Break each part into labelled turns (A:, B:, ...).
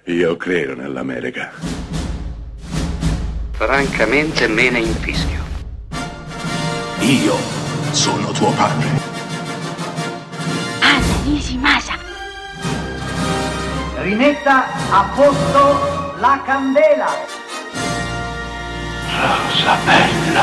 A: Io credo nell'America.
B: Francamente me ne infischio.
A: Io sono tuo padre.
C: Anna Nishimasa.
D: Rimetta a posto la candela.
A: Rosa bella.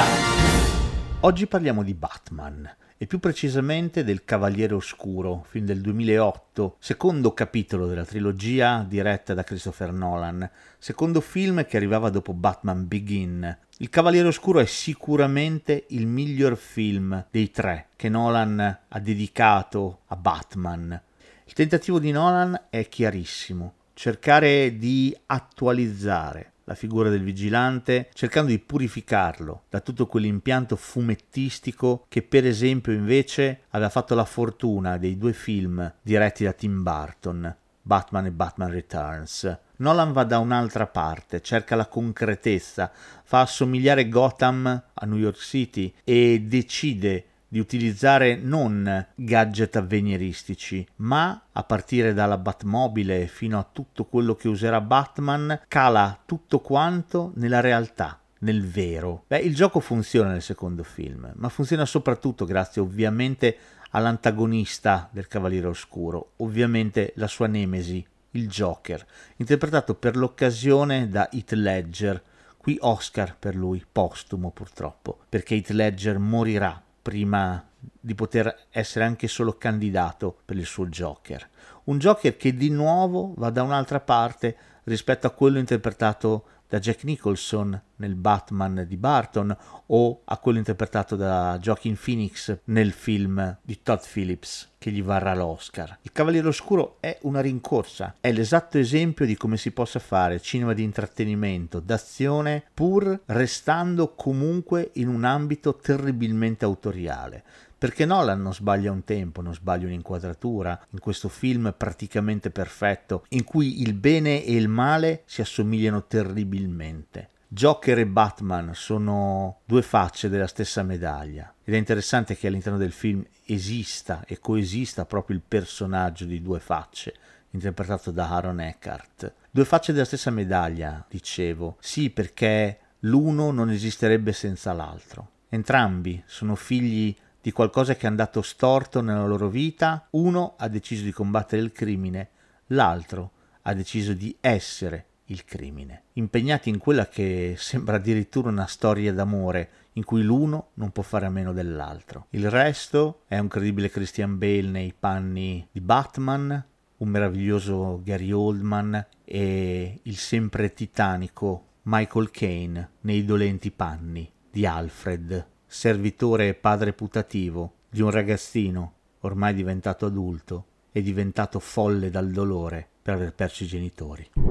E: Oggi parliamo di Batman e più precisamente del Cavaliere Oscuro, film del 2008, secondo capitolo della trilogia diretta da Christopher Nolan, secondo film che arrivava dopo Batman Begin. Il Cavaliere Oscuro è sicuramente il miglior film dei tre che Nolan ha dedicato a Batman. Il tentativo di Nolan è chiarissimo, cercare di attualizzare la figura del vigilante, cercando di purificarlo da tutto quell'impianto fumettistico che per esempio invece aveva fatto la fortuna dei due film diretti da Tim Burton, Batman e Batman Returns. Nolan va da un'altra parte, cerca la concretezza, fa assomigliare Gotham a New York City e decide di utilizzare non gadget avveniristici, ma a partire dalla Batmobile fino a tutto quello che userà Batman, cala tutto quanto nella realtà, nel vero. Il gioco funziona nel secondo film, ma funziona soprattutto grazie ovviamente all'antagonista del Cavaliere Oscuro, ovviamente la sua nemesi, il Joker, interpretato per l'occasione da Heath Ledger. Qui Oscar per lui, postumo purtroppo, perché Heath Ledger morirà prima di poter essere anche solo candidato per il suo Joker. Un Joker che di nuovo va da un'altra parte rispetto a quello interpretato da Jack Nicholson nel Batman di Burton o a quello interpretato da Joaquin Phoenix nel film di Todd Phillips che gli varrà l'Oscar. Il Cavaliere Oscuro è una rincorsa, è l'esatto esempio di come si possa fare cinema di intrattenimento, d'azione, pur restando comunque in un ambito terribilmente autoriale. Perché Nolan non sbaglia un tempo, non sbaglia un'inquadratura in questo film praticamente perfetto, in cui il bene e il male si assomigliano terribilmente. Joker e Batman sono due facce della stessa medaglia ed è interessante che all'interno del film esista e coesista proprio il personaggio di due facce, interpretato da Aaron Eckhart. Due facce della stessa medaglia, dicevo, sì, perché l'uno non esisterebbe senza l'altro. Entrambi sono figli di qualcosa che è andato storto nella loro vita. Uno ha deciso di combattere il crimine, l'altro ha deciso di essere il crimine, impegnati in quella che sembra addirittura una storia d'amore in cui l'uno non può fare a meno dell'altro. Il resto è un credibile Christian Bale nei panni di Batman, un meraviglioso Gary Oldman e il sempre titanico Michael Caine nei dolenti panni di Alfred, servitore e padre putativo di un ragazzino ormai diventato adulto e diventato folle dal dolore per aver perso i genitori.